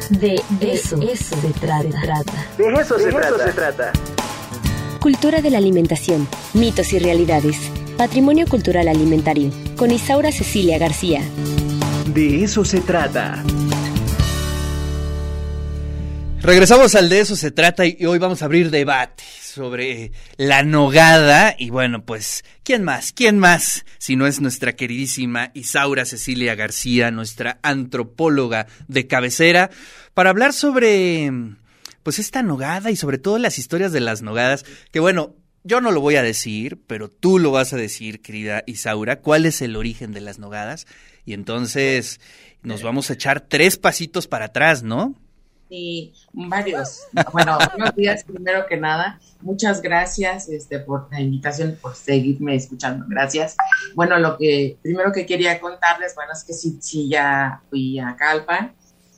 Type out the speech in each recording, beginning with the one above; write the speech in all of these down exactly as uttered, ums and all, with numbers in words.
De eso, eso se trata. De eso, se, de trata. eso se trata. Cultura de la alimentación, mitos y realidades. Patrimonio cultural alimentario. Con Isaura Cecilia García. De eso se trata. Regresamos al De eso se trata y hoy vamos a abrir debate sobre la nogada y bueno, pues, ¿quién más? ¿Quién más? Si no es nuestra queridísima Isaura Cecilia García, nuestra antropóloga de cabecera, para hablar sobre, pues, esta nogada y sobre todo las historias de las nogadas, que bueno, yo no lo voy a decir, pero tú lo vas a decir, querida Isaura, ¿cuál es el origen de las nogadas? Y entonces nos vamos a echar tres pasitos para atrás, ¿no? Sí, varios. Bueno, buenos días primero que nada. Muchas gracias este, por la invitación, por seguirme escuchando. Gracias. Bueno, lo que primero que quería contarles, bueno, es que sí, sí ya fui a Calpan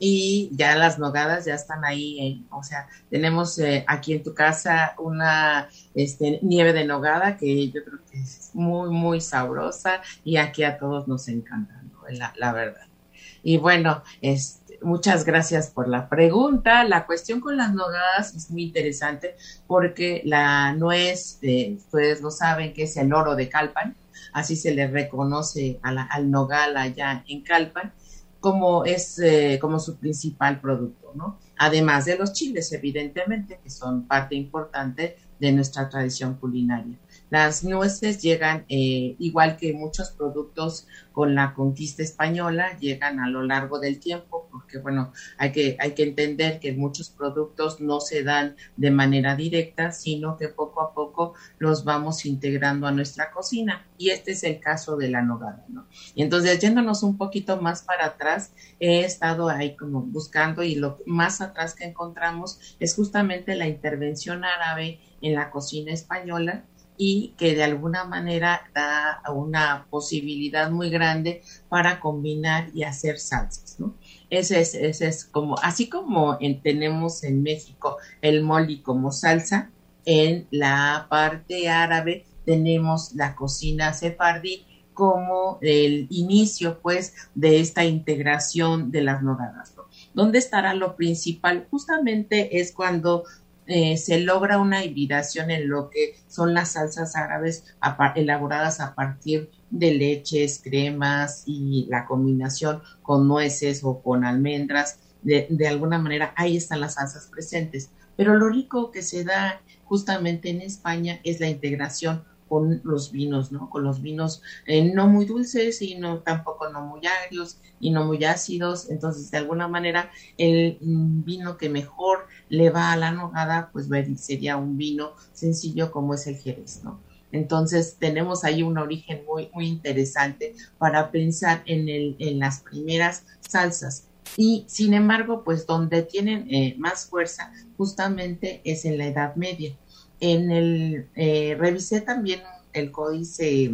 y ya las nogadas ya están ahí. Eh, o sea, tenemos eh, aquí en tu casa una este, nieve de nogada que yo creo que es muy, muy sabrosa y aquí a todos nos encanta, ¿no? la, la verdad. Y bueno, este, muchas gracias por la pregunta. La cuestión con las nogadas es muy interesante porque la nuez, eh, ustedes lo saben, que es el oro de Calpan, así se le reconoce a la, al nogal allá en Calpan, como es eh, como su principal producto, ¿no? Además de los chiles, evidentemente, que son parte importante de nuestra tradición culinaria. Las nueces llegan, eh, igual que muchos productos con la conquista española, llegan a lo largo del tiempo, porque bueno, hay que, hay que entender que muchos productos no se dan de manera directa, sino que poco a poco los vamos integrando a nuestra cocina, y este es el caso de la nogada, ¿no? Y entonces, yéndonos un poquito más para atrás, he estado ahí como buscando, y lo más atrás que encontramos es justamente la intervención árabe en la cocina española, y que de alguna manera da una posibilidad muy grande para combinar y hacer salsas, ¿no? Ese es, ese es como, así como en, tenemos en México el moli como salsa, en la parte árabe tenemos la cocina sefardí como el inicio, pues, de esta integración de las nogadas, ¿no? ¿Dónde estará lo principal? Justamente es cuando Eh, se logra una hibridación en lo que son las salsas árabes a, elaboradas a partir de leches, cremas y la combinación con nueces o con almendras. De, de alguna manera ahí están las salsas presentes, pero lo rico que se da justamente en España es la integración con los vinos, ¿no? Con los vinos eh, no muy dulces y no tampoco no muy agrios y no muy ácidos. Entonces, de alguna manera, el vino que mejor le va a la nogada, pues sería un vino sencillo como es el Jerez, ¿no? Entonces, tenemos ahí un origen muy, muy interesante para pensar en, el, en las primeras salsas. Y, sin embargo, pues donde tienen eh, más fuerza justamente es en la Edad Media. En el, eh, revisé también el códice,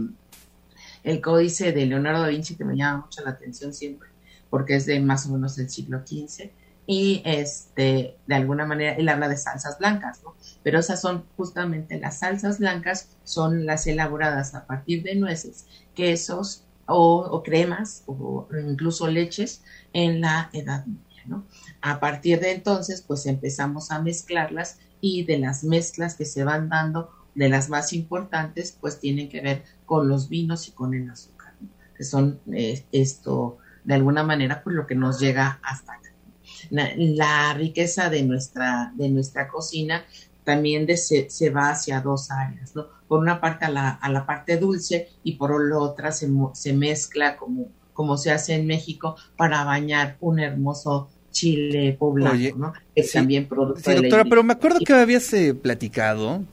el códice de Leonardo da Vinci, que me llama mucho la atención siempre, porque es de más o menos del siglo quince, y este, de alguna manera él habla de salsas blancas, ¿no? Pero esas son justamente las salsas blancas, son las elaboradas a partir de nueces, quesos o, o cremas, o incluso leches en la Edad Media, ¿no? A partir de entonces, pues empezamos a mezclarlas, y de las mezclas que se van dando, de las más importantes, pues tienen que ver con los vinos y con el azúcar, ¿no? Que son eh, esto, de alguna manera, pues lo que nos llega hasta acá. La, la riqueza de nuestra, de nuestra cocina también de, se, se va hacia dos áreas, ¿no? Por una parte a la, a la parte dulce, y por la otra se, se mezcla como, como se hace en México para bañar un hermoso chile poblano. Oye, ¿no? Que sí, también producto sí, doctora, pero me acuerdo que habías eh, platicado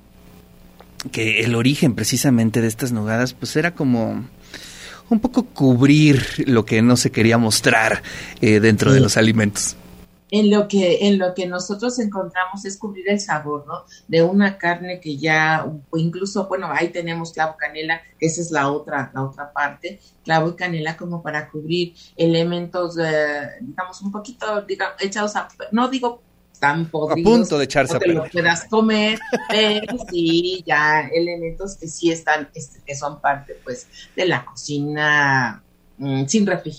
que el origen precisamente de estas nogadas pues era como un poco cubrir lo que no se quería mostrar eh, dentro sí. de los alimentos. En lo que en lo que nosotros encontramos es cubrir el sabor, ¿no? De una carne que ya, o incluso, bueno, ahí tenemos clavo, canela, esa es la otra la otra parte, clavo y canela como para cubrir elementos, eh, digamos, un poquito, digamos, echados a, no digo tan podridos, a punto de echarse a perder, que lo puedas comer, pero sí, ya elementos que sí están, este, que son parte, pues, de la cocina mmm, sin refrigerar.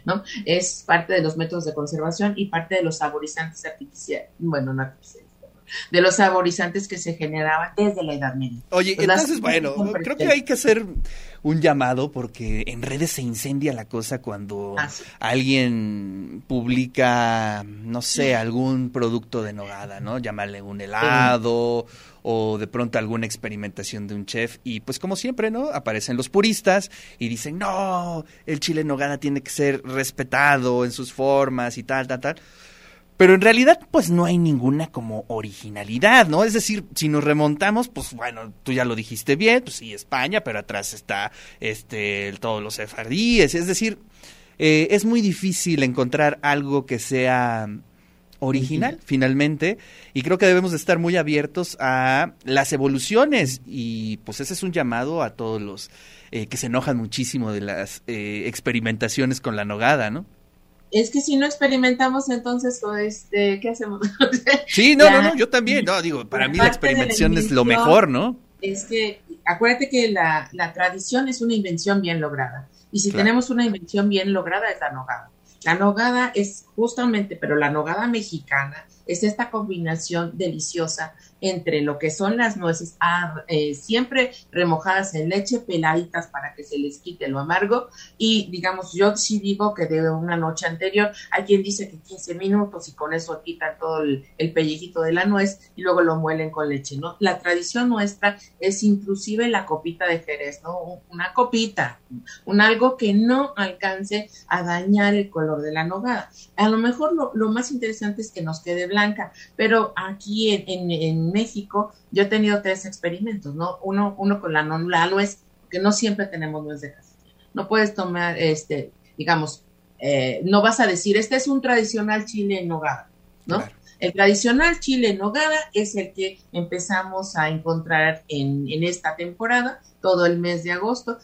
¿no? Es parte de los métodos de conservación y parte de los saborizantes artificiales, bueno, no artificiales, de los saborizantes que se generaban desde la Edad Media. Oye, Pues entonces, las- bueno, creo que hay que hacer un llamado porque en redes se incendia la cosa cuando Ah, sí. alguien publica, no sé, algún producto de nogada, ¿no? Llámale un helado o de pronto alguna experimentación de un chef y pues como siempre, ¿no? Aparecen los puristas y dicen, no, el chile en nogada tiene que ser respetado en sus formas y tal, tal, tal. Pero en realidad, pues no hay ninguna como originalidad, ¿no? Es decir, si nos remontamos, pues bueno, tú ya lo dijiste bien, pues sí, España, pero atrás está este todos los sefardíes. Es decir, eh, es muy difícil encontrar algo que sea original, uh-huh. finalmente, y creo que debemos de estar muy abiertos a las evoluciones, y pues ese es un llamado a todos los eh, que se enojan muchísimo de las eh, experimentaciones con la nogada, ¿no? Es que si no experimentamos, entonces, este, ¿qué hacemos? Sí, no, ya, no, no, yo también, no, digo, para mí la experimentación es lo mejor, ¿no? Es que, acuérdate que la, la tradición es una invención bien lograda, y si claro. tenemos una invención bien lograda es la nogada. La nogada es justamente, pero la nogada mexicana es esta combinación deliciosa entre lo que son las nueces, ah, eh, siempre remojadas en leche, peladitas para que se les quite lo amargo, y digamos, yo sí digo que de una noche anterior, hay quien dice que quince minutos y con eso quitan todo el, el pellejito de la nuez y luego lo muelen con leche, ¿no? La tradición nuestra es inclusive la copita de Jerez, ¿no? Una copita, un algo que no alcance a dañar el color de la nogada. A lo mejor lo, lo más interesante es que nos quede blanca, pero aquí en, en, en México yo he tenido tres experimentos, ¿no? Uno, uno con la, no, la nuez, que no siempre tenemos nuez de castilla. No puedes tomar, este, digamos, eh, no vas a decir, este es un tradicional chile en nogada, ¿no? Claro. El tradicional chile en nogada es el que empezamos a encontrar en, en esta temporada, todo el mes de agosto,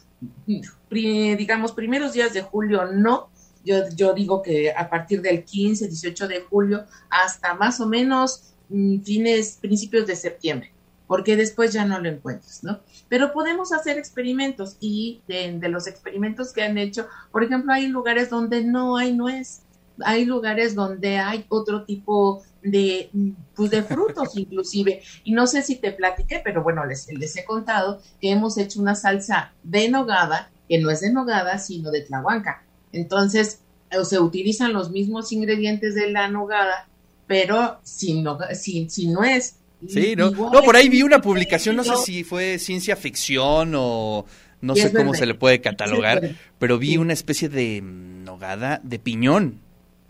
Pri, digamos, primeros días de julio no. Yo, yo digo que a partir del quince, dieciocho de julio hasta más o menos mmm, fines, principios de septiembre, porque después ya no lo encuentras, ¿no? Pero podemos hacer experimentos y de, de los experimentos que han hecho, por ejemplo, hay lugares donde no hay nuez, hay lugares donde hay otro tipo de, pues de frutos inclusive, y no sé si te platiqué, pero bueno, les, les he contado que hemos hecho una salsa de nogada, que no es de nogada, sino de tlahuanca. Entonces, se utilizan los mismos ingredientes de la nogada, pero sin, no, sin, sin nuez. Sí, ¿no? No, por ahí vi una publicación, no sé si fue ciencia ficción o no sé cómo se le puede catalogar, pero vi una especie de nogada de piñón.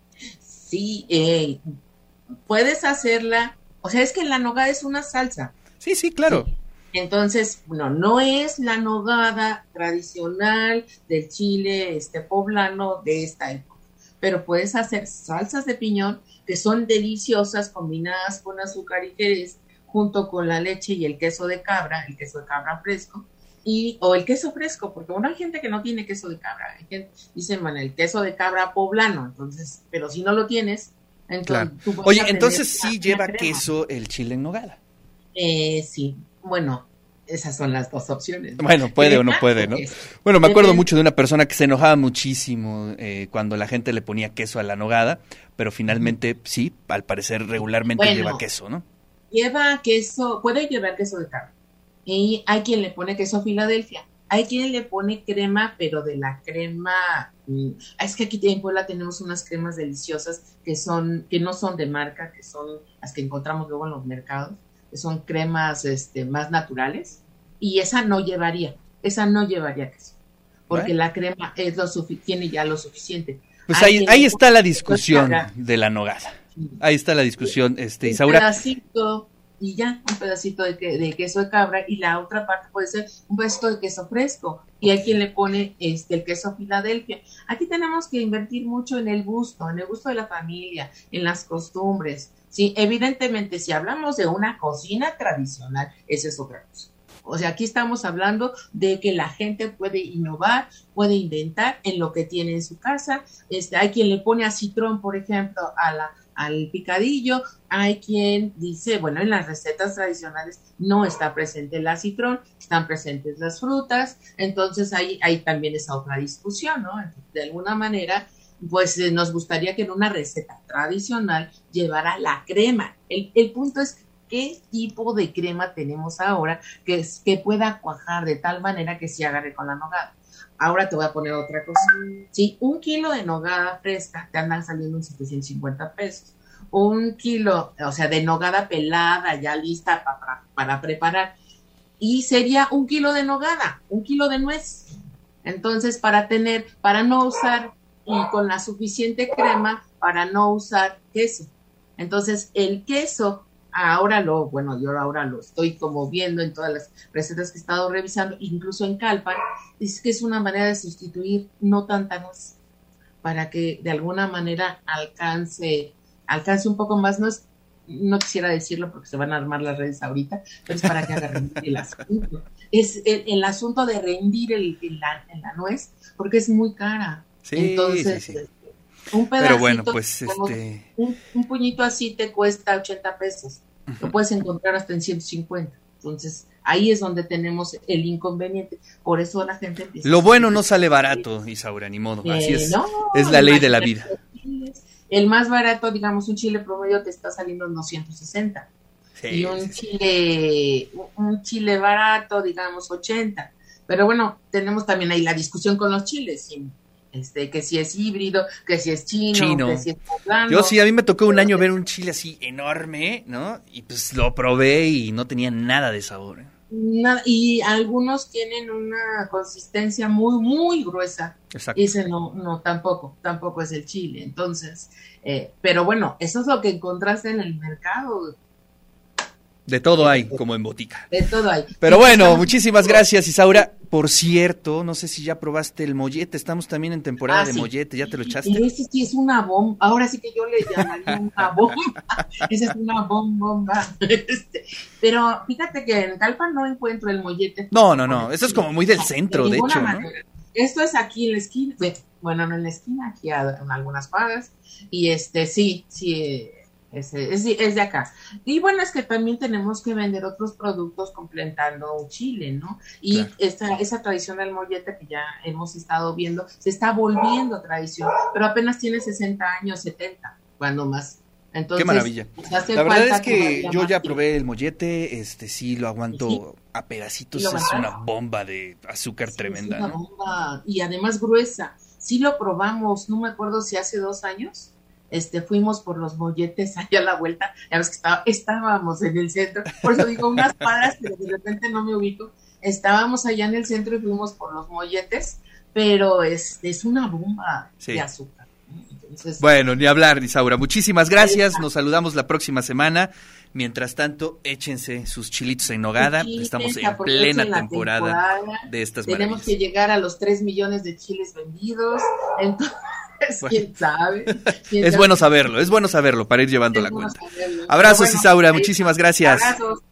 Sí, eh, puedes hacerla, o sea, es que la nogada es una salsa. Sí, sí, claro. Sí. Entonces, bueno, no es la nogada tradicional del chile este poblano de esta época, pero puedes hacer salsas de piñón que son deliciosas combinadas con azúcar y jerez junto con la leche y el queso de cabra, el queso de cabra fresco, y o el queso fresco, porque bueno, hay gente que no tiene queso de cabra, hay gente, dicen, bueno, el queso de cabra poblano, entonces, pero si no lo tienes, entonces... Claro. Oye, entonces sí lleva queso el chile en nogada. Eh, sí, bueno, esas son las dos opciones, ¿no? Bueno, puede o no puede, ¿no? Bueno, me acuerdo mucho de una persona que se enojaba muchísimo eh, cuando la gente le ponía queso a la nogada, pero finalmente sí, al parecer regularmente bueno, lleva queso, ¿no? Lleva queso, puede llevar queso de cabra. Y hay quien le pone queso Filadelfia. Hay quien le pone crema, pero de la crema... Es que aquí en Puebla tenemos unas cremas deliciosas que son que no son de marca, que son las que encontramos luego en los mercados, que son cremas este, más naturales, y esa no llevaría, esa no llevaría queso, porque ¿Vale? la crema es lo sufi- tiene ya lo suficiente. Pues ahí, ahí, ahí está la discusión de la nogada. Ahí está la discusión, este, un Isaura. pedacito y ya, un pedacito de, que, de queso de cabra, y la otra parte puede ser un pedacito de queso fresco, y hay quien le pone este el queso Filadelfia. Aquí tenemos que invertir mucho en el gusto, en el gusto de la familia, en las costumbres. Sí, evidentemente, si hablamos de una cocina tradicional, esa es otra cosa. O sea, aquí estamos hablando de que la gente puede innovar, puede inventar en lo que tiene en su casa. Este, hay quien le pone acitrón, por ejemplo, a la, al picadillo. Hay quien dice, bueno, en las recetas tradicionales no está presente el acitrón, están presentes las frutas. Entonces, ahí hay también esa otra discusión, ¿no? De alguna manera, pues eh, nos gustaría que en una receta tradicional llevara la crema. El, el punto es qué tipo de crema tenemos ahora que, es, que pueda cuajar de tal manera que se agarre con la nogada. Ahora te voy a poner otra cosa. Si un kilo de nogada fresca te andan saliendo en setecientos cincuenta pesos. Un kilo, o sea, de nogada pelada, ya lista para, para, para preparar. Y sería un kilo de nogada, un kilo de nuez. Entonces, para tener, para no usar, y con la suficiente crema, para no usar queso. Entonces, el queso, ahora lo, bueno, yo ahora lo estoy como viendo en todas las recetas que he estado revisando, incluso en Calpan, es que es una manera de sustituir no tanta nuez, para que de alguna manera alcance, alcance un poco más nuez. No quisiera decirlo porque se van a armar las redes ahorita, pero es para que haga rendir el asunto. Es el, el asunto de rendir el, el, la, el, la nuez, porque es muy cara. Sí, Entonces, sí, sí. un pedacito, pero bueno, pues este... un, un puñito así te cuesta ochenta pesos. Uh-huh. Lo puedes encontrar hasta en ciento cincuenta. Entonces, ahí es donde tenemos el inconveniente. Por eso la gente empieza... Lo bueno no sale barato, Isaura, ni modo. Así es, eh, no, es la ley de la vida. El más barato, digamos, un chile promedio te está saliendo en doscientos sesenta. Sí, y un sí. chile, un chile barato, digamos, ochenta. Pero bueno, tenemos también ahí la discusión con los chiles, este, que si es híbrido, que si es chino, chino. que si es poblano. Yo sí, a mí me tocó un año ver un chile así enorme, ¿no? Y pues lo probé y no tenía nada de sabor. Nada, y algunos tienen una consistencia muy, muy gruesa. Exacto. Y ese no, no, tampoco, tampoco es el chile. Entonces, eh, pero bueno, eso es lo que encontraste en el mercado. De todo hay, como en botica. De todo hay. Pero bueno, muchísimas gracias, Isaura. Por cierto, no sé si ya probaste el mollete. Estamos también en temporada ah, de sí. mollete. ¿Ya te lo echaste? Y ese sí es una bomba. Ahora sí que yo le llamaría una bomba. Esa es una bomba. Este, pero fíjate que en Calpan no encuentro el mollete. No, no, no. Eso es como muy del centro, de, de hecho, ¿no? Esto es aquí en la esquina. Bueno, no en la esquina, aquí en algunas cuadras. Y este, sí, sí. Es, es, es de acá. Y bueno, es que también tenemos que vender otros productos complementando Chile, ¿no? Y claro. esta, esa tradición del mollete que ya hemos estado viendo, se está volviendo tradición, pero apenas tiene sesenta años, setenta, cuando más. Entonces, qué maravilla. La verdad es que yo ya probé el mollete, este sí lo aguanto ¿sí? a pedacitos, es una bomba de azúcar sí, tremenda. Es una ¿no? bomba, y además gruesa. Sí lo probamos, no me acuerdo si hace dos años. Este, fuimos por los molletes allá a la vuelta, ya ves que estaba, estábamos en el centro, por eso digo unas cuadras, pero de repente no me ubico, estábamos allá en el centro y fuimos por los molletes, pero es, es una bomba sí. de azúcar. Entonces, bueno, ni hablar, Isaura, muchísimas gracias, nos saludamos la próxima semana. Mientras tanto, échense sus chilitos en nogada, chile, estamos en plena temporada, temporada de estas tenemos maravillas. Que llegar a los tres millones de chiles vendidos, entonces... Bueno. ¿Quién sabe? ¿Quién es sabe? bueno saberlo, es bueno saberlo para ir llevando es la bueno cuenta. Saberlo. Abrazos, bueno, Isaura, muchísimas gracias. Abrazos.